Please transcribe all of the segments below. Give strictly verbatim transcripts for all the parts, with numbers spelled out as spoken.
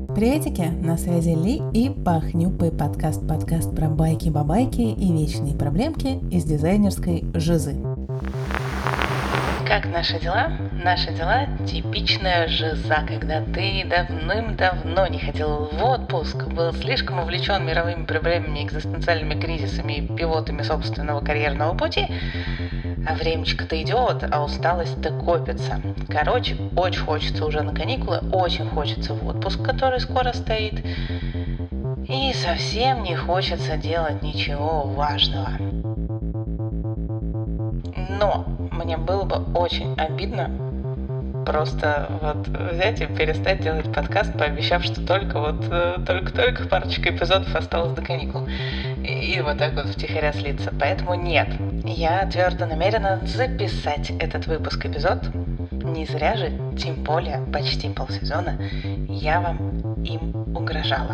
Приветики, на связи Ли и Пахнюпый подкаст, подкаст про байки-бабайки и вечные проблемки из дизайнерской жизы. Как наши дела? Наши дела – типичная жиза, когда ты давным-давно не ходил в отпуск, был слишком увлечен мировыми проблемами, экзистенциальными кризисами и пивотами собственного карьерного пути, а времечко-то идет, а усталость-то копится. Короче, очень хочется уже на каникулы, очень хочется в отпуск, который скоро стоит, и совсем не хочется делать ничего важного. Но мне было бы очень обидно просто вот взять и перестать делать подкаст, пообещав, что только вот только-только парочка эпизодов осталось до каникул. И, и вот так вот втихаря слиться. Поэтому нет, я твердо намерена записать этот выпуск эпизод. Не зря же, тем более почти полсезона, я вам им угрожала.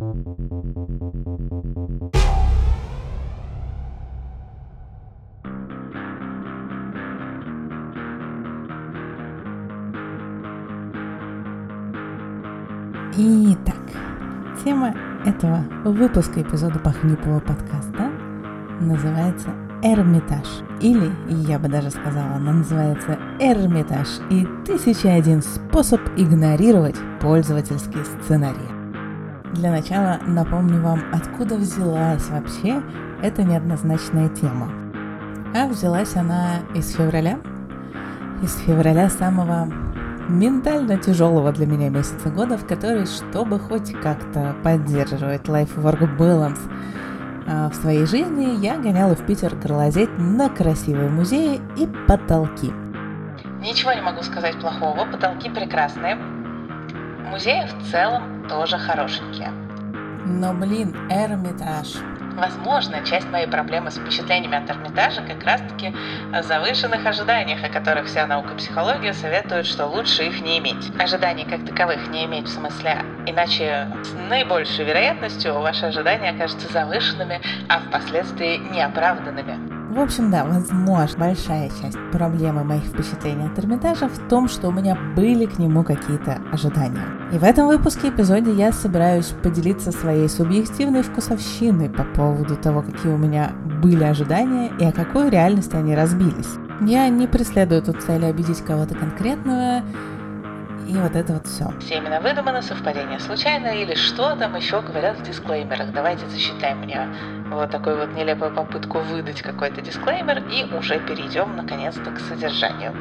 Итак, тема этого выпуска эпизода Пахнюпого подкаста называется «Эрмитаж». Или, я бы даже сказала, она называется «Эрмитаж» и тысяча и один способ игнорировать пользовательские сценарии. Для начала напомню вам, откуда взялась вообще эта неоднозначная тема. А взялась она из февраля, из февраля самого ментально тяжелого для меня месяца года, в который, чтобы хоть как-то поддерживать life-work balance а, в своей жизни, я гоняла в Питер глазеть на красивые музеи и потолки. Ничего не могу сказать плохого, потолки прекрасные, музеи в целом тоже хорошенькие. Но, блин, Эрмитаж. Возможно, часть моей проблемы с впечатлениями от Эрмитажа как раз-таки о завышенных ожиданиях, о которых вся наука психология советует, что лучше их не иметь. Ожиданий как таковых не иметь в смысле, иначе с наибольшей вероятностью ваши ожидания окажутся завышенными, а впоследствии неоправданными. В общем, да, возможно, большая часть проблемы моих впечатлений от Эрмитажа в том, что у меня были к нему какие-то ожидания. И в этом выпуске эпизоде я собираюсь поделиться своей субъективной вкусовщиной по поводу того, какие у меня были ожидания и о какой реальности они разбились. Я не преследую тут цели обидеть кого-то конкретного, и вот это вот все. Все именно выдумано, совпадение случайно или что там еще говорят в дисклеймерах. Давайте засчитаем мне вот такую вот нелепую попытку выдать какой-то дисклеймер и уже перейдем наконец-то к содержанию.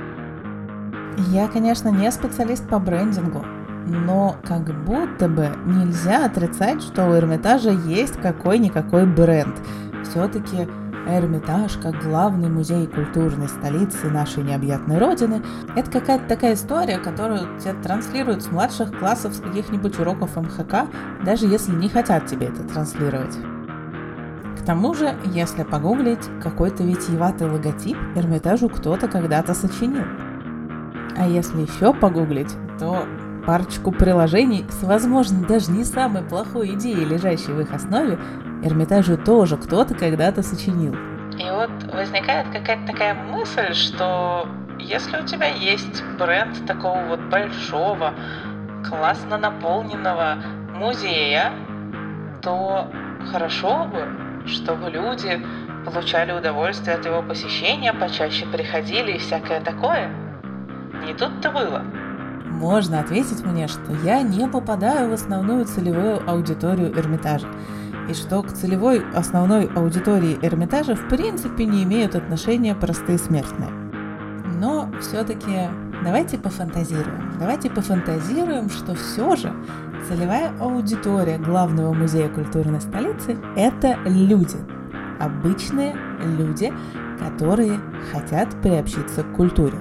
Я, конечно, не специалист по брендингу, но как будто бы нельзя отрицать, что у Эрмитажа есть какой-никакой бренд. Все-таки Эрмитаж, как главный музей культурной столицы нашей необъятной родины, это какая-то такая история, которую тебе транслируют с младших классов, с каких-нибудь уроков эм ха ка, даже если не хотят тебе это транслировать. К тому же, если погуглить, какой-то витиеватый логотип Эрмитажу кто-то когда-то сочинил. А если еще погуглить, то парочку приложений с, возможно, даже не самой плохой идеей, лежащей в их основе, Эрмитажу тоже кто-то когда-то сочинил. И вот возникает какая-то такая мысль, что если у тебя есть бренд такого вот большого, классно наполненного музея, то хорошо бы, чтобы люди получали удовольствие от его посещения, почаще приходили и всякое такое. Не тут-то было. Можно ответить мне, что я не попадаю в основную целевую аудиторию Эрмитажа, и что к целевой основной аудитории Эрмитажа в принципе не имеют отношения простые смертные. Но все-таки давайте пофантазируем. Давайте пофантазируем, что все же целевая аудитория главного музея культурной столицы – это люди. Обычные люди, которые хотят приобщиться к культуре.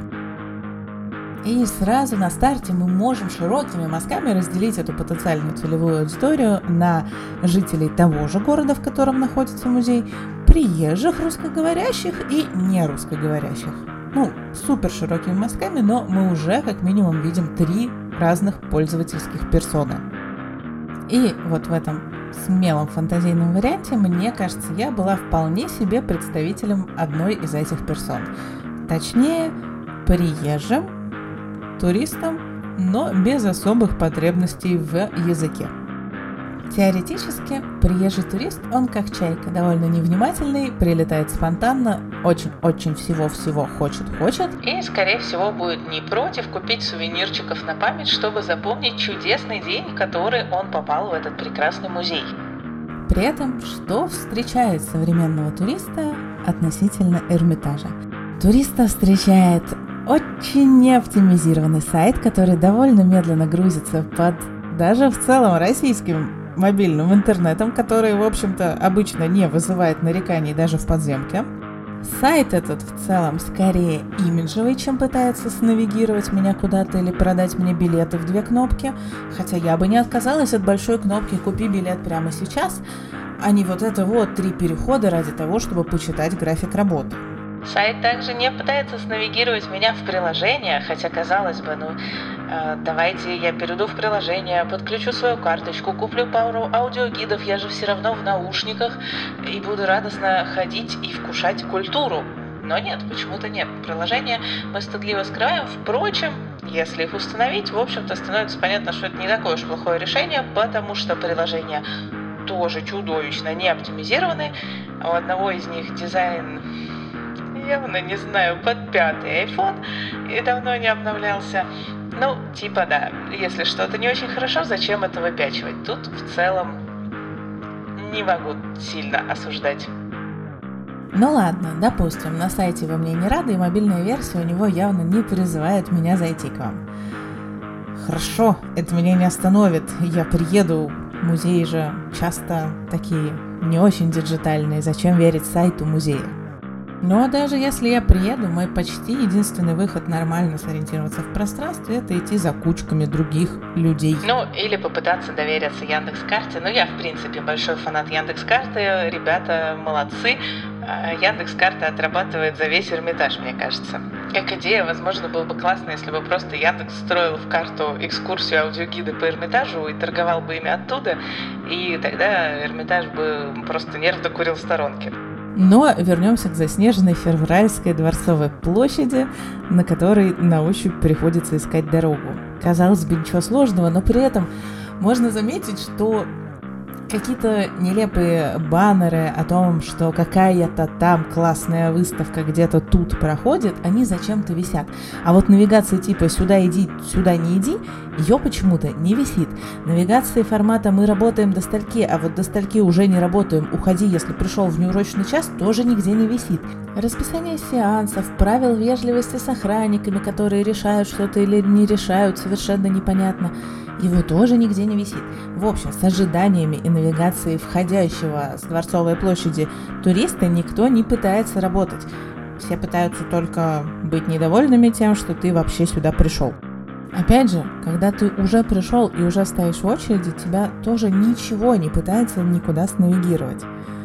И сразу на старте мы можем широкими мазками разделить эту потенциальную целевую аудиторию на жителей того же города, в котором находится музей, приезжих русскоговорящих и не русскоговорящих. Ну, супер широкими мазками, но мы уже как минимум видим три разных пользовательских персоны. И вот в этом смелом фантазийном варианте, мне кажется, я была вполне себе представителем одной из этих персон. Точнее, приезжим туристам, но без особых потребностей в языке. Теоретически, приезжий турист, он как чайка, довольно невнимательный, прилетает спонтанно, очень-очень всего-всего хочет-хочет. И, скорее всего, будет не против купить сувенирчиков на память, чтобы запомнить чудесный день, в который он попал в этот прекрасный музей. При этом, что встречает современного туриста относительно Эрмитажа? Туриста встречает очень неоптимизированный сайт, который довольно медленно грузится под даже в целом российским мобильным интернетом, который, в общем-то, обычно не вызывает нареканий даже в подземке. Сайт этот в целом скорее имиджевый, чем пытается снавигировать меня куда-то или продать мне билеты в две кнопки, хотя я бы не отказалась от большой кнопки «Купи билет прямо сейчас», а не вот это вот три перехода ради того, чтобы почитать график работы. Сайт также не пытается снавигировать меня в приложение, хотя, казалось бы, ну, э, давайте я перейду в приложение, подключу свою карточку, куплю пару аудиогидов, я же все равно в наушниках и буду радостно ходить и вкушать культуру. Но нет, почему-то нет. Приложения мы стыдливо скрываем. Впрочем, если их установить, в общем-то, становится понятно, что это не такое уж плохое решение, потому что приложения тоже чудовищно не оптимизированы. У одного из них дизайн явно, не знаю, под пятый iPhone и давно не обновлялся. Ну, типа да, если что-то не очень хорошо, зачем это выпячивать? Тут в целом не могу сильно осуждать. Ну ладно, допустим, на сайте вы мне не рады, и мобильная версия у него явно не призывает меня зайти к вам. Хорошо, это меня не остановит, я приеду, музеи же часто такие не очень диджитальные, зачем верить сайту музея? Но даже если я приеду, мой почти единственный выход нормально сориентироваться в пространстве – это идти за кучками других людей. Ну, или попытаться довериться Яндекс.Карте. Ну, я, в принципе, большой фанат Яндекс.Карты. Ребята молодцы. Яндекс.Карта отрабатывает за весь Эрмитаж, мне кажется. Как идея, возможно, было бы классно, если бы просто Яндекс встроил в карту экскурсию аудиогида по Эрмитажу и торговал бы ими оттуда, и тогда Эрмитаж бы просто нервно курил в сторонке. Но вернемся к заснеженной Февральской Дворцовой площади, на которой на ощупь приходится искать дорогу. Казалось бы, ничего сложного, но при этом можно заметить, что какие-то нелепые баннеры о том, что какая-то там классная выставка где-то тут проходит, они зачем-то висят. А вот навигация типа «сюда иди, сюда не иди», ее почему-то не висит. Навигации формата «мы работаем до стольки, а вот до стольки уже не работаем, уходи, если пришел в неурочный час», тоже нигде не висит. Расписание сеансов, правил вежливости с охранниками, которые решают что-то или не решают, совершенно непонятно. Его тоже нигде не висит. В общем, с ожиданиями и навигацией входящего с Дворцовой площади туриста никто не пытается работать. Все пытаются только быть недовольными тем, что ты вообще сюда пришел. Опять же, когда ты уже пришел и уже стоишь в очереди, тебя тоже ничего не пытается никуда снавигировать.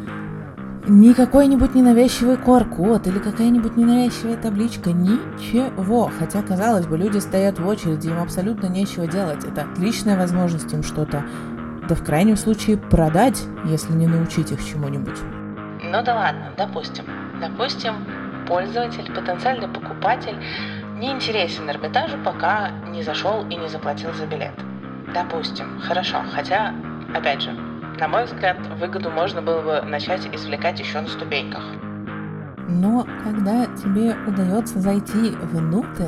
Ни какой-нибудь ненавязчивый ку ар-код или какая-нибудь ненавязчивая табличка, ничего. Хотя, казалось бы, люди стоят в очереди, им абсолютно нечего делать. Это отличная возможность им что-то, да в крайнем случае, продать, если не научить их чему-нибудь. Ну да ладно, допустим. Допустим, пользователь, потенциальный покупатель не интересен Эрмитажу, пока не зашел и не заплатил за билет. Допустим, хорошо, хотя, опять же, на мой взгляд, выгоду можно было бы начать извлекать еще на ступеньках. Но когда тебе удается зайти внутрь,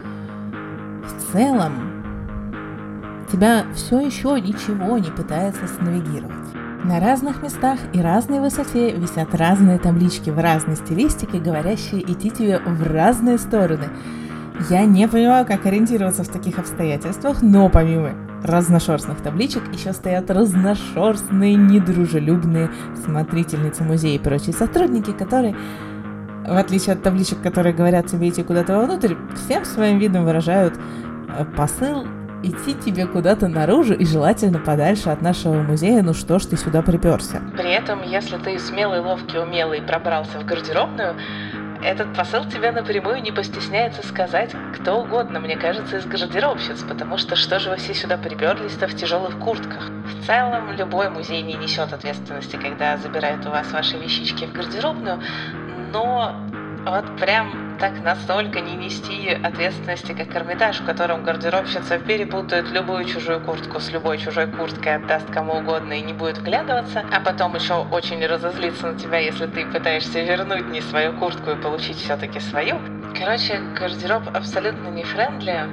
в целом тебя все еще ничего не пытается снавигировать. На разных местах и разной высоте висят разные таблички в разной стилистике, говорящие идти тебе в разные стороны. Я не понимаю, как ориентироваться в таких обстоятельствах, но помимо разношерстных табличек еще стоят разношерстные, недружелюбные смотрительницы музея и прочие сотрудники, которые, в отличие от табличек, которые говорят тебе идти куда-то вовнутрь, всем своим видом выражают посыл идти тебе куда-то наружу и желательно подальше от нашего музея, ну что ж ты сюда приперся. При этом, если ты смелый, ловкий, умелый пробрался в гардеробную, этот посыл тебе напрямую не постесняется сказать кто угодно, мне кажется, из гардеробщиц, потому что что же вы все сюда приперлись-то в тяжелых куртках? В целом, любой музей не несет ответственности, когда забирает у вас ваши вещички в гардеробную, но Вот прям так настолько не нести ответственности, как Эрмитаж, в котором гардеробщица перепутает любую чужую куртку с любой чужой курткой, отдаст кому угодно и не будет вглядываться, а потом еще очень разозлится на тебя, если ты пытаешься вернуть не свою куртку и получить все-таки свою. Короче, гардероб абсолютно не френдли,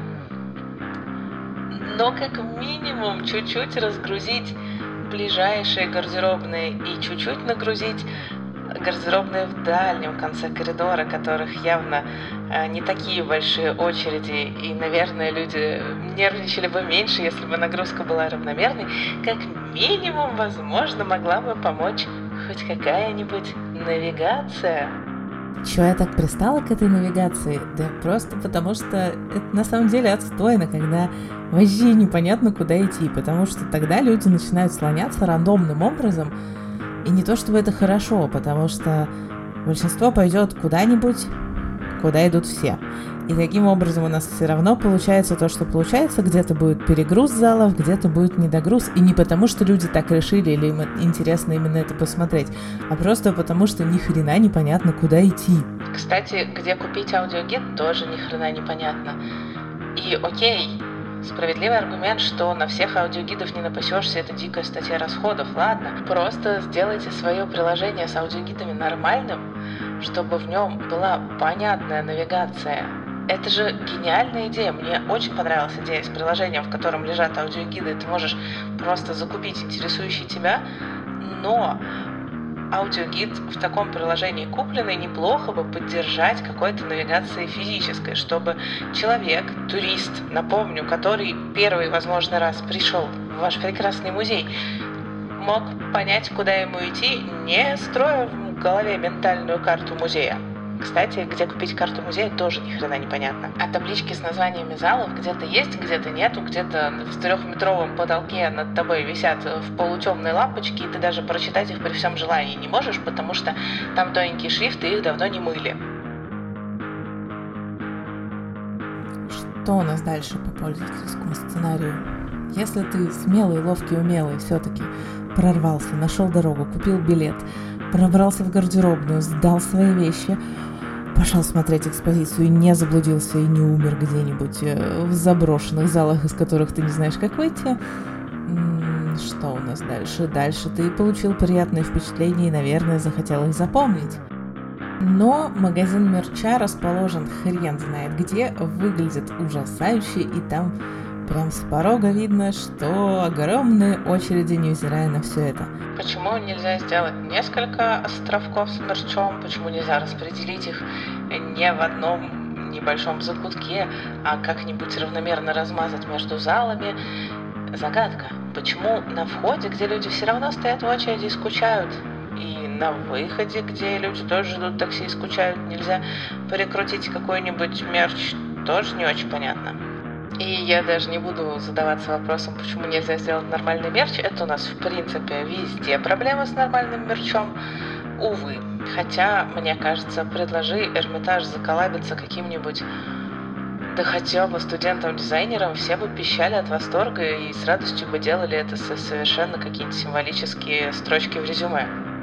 но как минимум чуть-чуть разгрузить ближайшие гардеробные и чуть-чуть нагрузить гардеробные в дальнем конце коридора, которых явно э, не такие большие очереди, и, наверное, люди нервничали бы меньше, если бы нагрузка была равномерной. Как минимум, возможно, могла бы помочь хоть какая-нибудь навигация. Чего я так пристала к этой навигации? Да просто потому, что это на самом деле отстойно, когда вообще непонятно, куда идти, потому что тогда люди начинают слоняться рандомным образом. И не то чтобы это хорошо, потому что большинство пойдет куда-нибудь, куда идут все. И таким образом у нас все равно получается то, что получается. Где-то будет перегруз залов, где-то будет недогруз. И не потому, что люди так решили или им интересно именно это посмотреть, а просто потому, что ни хрена непонятно, куда идти. Кстати, где купить аудиогид, тоже ни хрена непонятно. И окей, справедливый аргумент, что на всех аудиогидов не напасешься, это дикая статья расходов. Ладно, просто сделайте свое приложение с аудиогидами нормальным, чтобы в нем была понятная навигация. Это же гениальная идея. Мне очень понравилась идея с приложением, в котором лежат аудиогиды. Ты можешь просто закупить интересующий тебя, но аудиогид в таком приложении купленный неплохо бы поддержать какой-то навигацией физической, чтобы человек, турист, напомню, который первый, возможно, раз пришел в ваш прекрасный музей, мог понять, куда ему идти, не строя в голове ментальную карту музея. Кстати, где купить карту музея, тоже ни хрена непонятно. А таблички с названиями залов где-то есть, где-то нету, где-то в трехметровом потолке над тобой висят в полутемной лампочке, и ты даже прочитать их при всем желании не можешь, потому что там тоненький шрифт, и их давно не мыли. Что у нас дальше по пользовательскому сценарию? Если ты смелый, ловкий, умелый, все-таки прорвался, нашел дорогу, купил билет, пробрался в гардеробную, сдал свои вещи, пошел смотреть экспозицию, не заблудился и не умер где-нибудь в заброшенных залах, из которых ты не знаешь, как выйти. Что у нас дальше? Дальше ты получил приятные впечатления и, наверное, захотел их запомнить. Но магазин мерча расположен хрен знает где, выглядит ужасающе, и там прям с порога видно, что огромные очереди, невзирая на все это. Почему нельзя сделать несколько островков с мерчом? Почему нельзя распределить их не в одном небольшом закутке, а как-нибудь равномерно размазать между залами? Загадка. Почему на входе, где люди все равно стоят в очереди и скучают, и на выходе, где люди тоже ждут такси и скучают, нельзя прикрутить какой-нибудь мерч? Тоже не очень понятно. И я даже не буду задаваться вопросом, почему нельзя сделать нормальный мерч. Это у нас, в принципе, везде проблема с нормальным мерчом. Увы. Хотя, мне кажется, предложи Эрмитаж заколлабиться каким-нибудь, да хотя бы студентам-дизайнерам, все бы пищали от восторга и с радостью бы делали это совершенно какие-то символические строчки в резюме.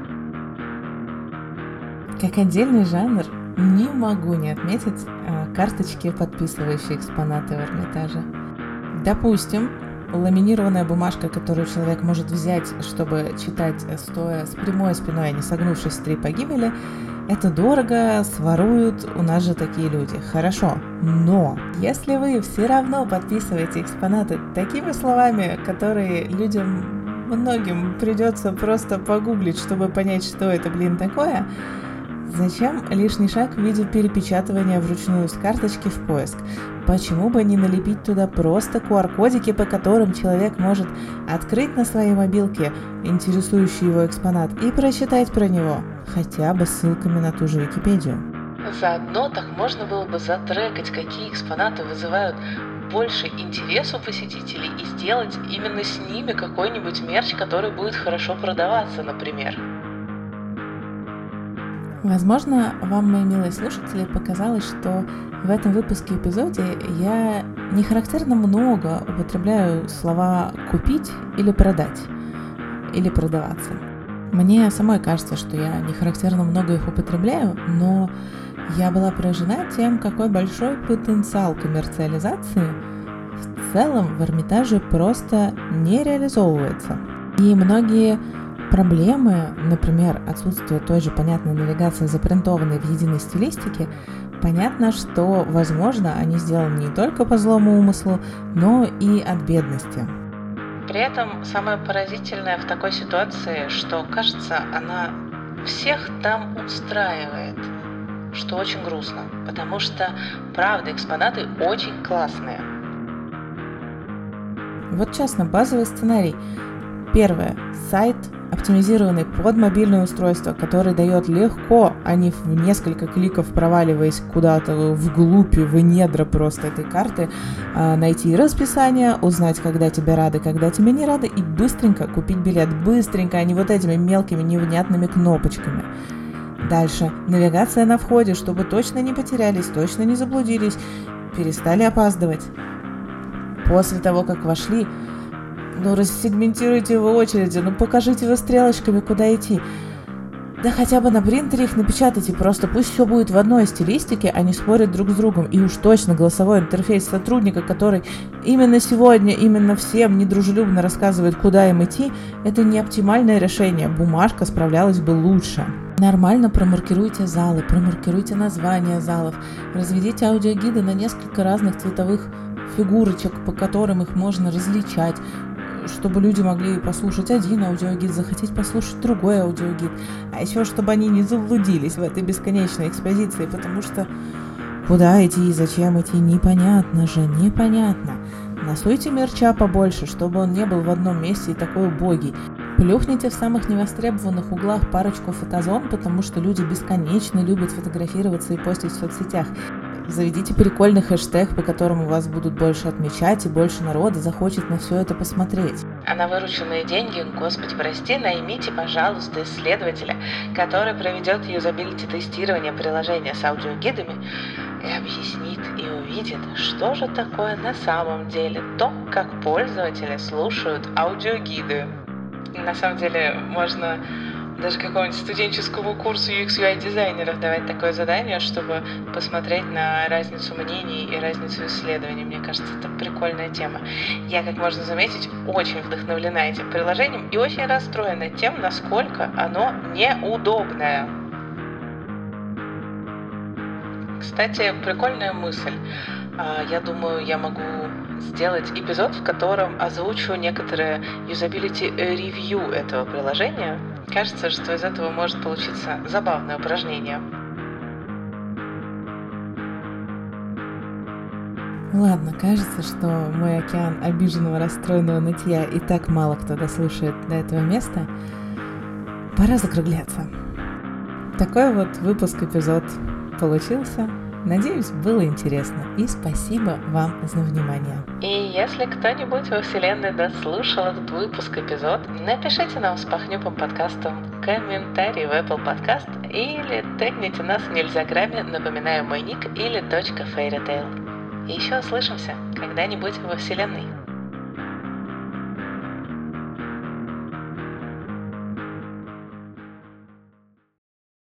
Как отдельный жанр, не могу не отметить а, карточки, подписывающие экспонаты в Эрмитаже. Допустим, ламинированная бумажка, которую человек может взять, чтобы читать стоя с прямой спиной, а не согнувшись в три погибели, это дорого, своруют, у нас же такие люди. Хорошо, но если вы все равно подписываете экспонаты такими словами, которые людям, многим придется просто погуглить, чтобы понять, что это, блин, такое, зачем лишний шаг в виде перепечатывания вручную с карточки в поиск? Почему бы не налепить туда просто ку ар-кодики, по которым человек может открыть на своей мобилке интересующий его экспонат и прочитать про него, хотя бы ссылками на ту же Википедию? Заодно так можно было бы затрекать, какие экспонаты вызывают больше интереса у посетителей, и сделать именно с ними какой-нибудь мерч, который будет хорошо продаваться, например. Возможно, вам, мои милые слушатели, показалось, что в этом выпуске эпизоде я не характерно много употребляю слова «купить» или «продать», или «продаваться». Мне самой кажется, что я не характерно много их употребляю, но я была поражена тем, какой большой потенциал коммерциализации в целом в Эрмитаже просто не реализовывается. И многие проблемы, например, отсутствие той же понятной навигации, запринтованной в единой стилистике, понятно, что, возможно, они сделаны не только по злому умыслу, но и от бедности. При этом самое поразительное в такой ситуации, что, кажется, она всех там устраивает, что очень грустно, потому что, правда, экспонаты очень классные. Вот честно, базовый сценарий. Первое. Сайт, оптимизированный под мобильное устройство, который дает легко, а не в несколько кликов проваливаясь куда-то вглубь, в недра просто этой карты, найти расписание, узнать, когда тебе рады, когда тебе не рады, и быстренько купить билет. Быстренько, а не вот этими мелкими невнятными кнопочками. Дальше. Навигация на входе, чтобы точно не потерялись, точно не заблудились, перестали опаздывать. После того, как вошли, ну, рассегментируйте вы очереди, ну, покажите вы стрелочками, куда идти. Да хотя бы на принтере их напечатайте, просто пусть все будет в одной стилистике, а не спорят друг с другом. И уж точно голосовой интерфейс сотрудника, который именно сегодня, именно всем недружелюбно рассказывает, куда им идти, это не оптимальное решение. Бумажка справлялась бы лучше. Нормально промаркируйте залы, промаркируйте названия залов, разведите аудиогиды на несколько разных цветовых фигурочек, по которым их можно различать, чтобы люди могли послушать один аудиогид, захотеть послушать другой аудиогид, а еще чтобы они не заблудились в этой бесконечной экспозиции, потому что куда идти и зачем идти, непонятно же, непонятно. Насуйте мерча побольше, чтобы он не был в одном месте и такой убогий. Плюхните в самых невостребованных углах парочку фотозон, потому что люди бесконечно любят фотографироваться и постить в соцсетях. Заведите прикольный хэштег, по которому вас будут больше отмечать, и больше народа захочет на все это посмотреть. А на вырученные деньги, господи прости, наймите, пожалуйста, исследователя, который проведет юзабилити-тестирование приложения с аудиогидами и объяснит и увидит, что же такое на самом деле то, как пользователи слушают аудиогиды. На самом деле можно даже какому-нибудь студенческому курсу ю экс ю ай дизайнеров давать такое задание, чтобы посмотреть на разницу мнений и разницу исследований. Мне кажется, это прикольная тема. Я, как можно заметить, очень вдохновлена этим приложением и очень расстроена тем, насколько оно неудобное. Кстати, прикольная мысль. Я думаю, я могу сделать эпизод, в котором озвучу некоторые юзабилити-ревью этого приложения. Кажется, что из этого может получиться забавное упражнение. Ладно, кажется, что мой океан обиженного, расстроенного нытья и так мало кто дослушает до этого места. Пора закругляться. Такой вот выпуск-эпизод получился. Надеюсь, было интересно, и спасибо вам за внимание. И если кто-нибудь во вселенной дослушал этот выпуск-эпизод, напишите нам с Пахнюпом подкастом комментарий в Apple Podcast или тегните нас в Нельзяграме, напоминаю мой ник, или .fairytale. И еще услышимся когда-нибудь во вселенной.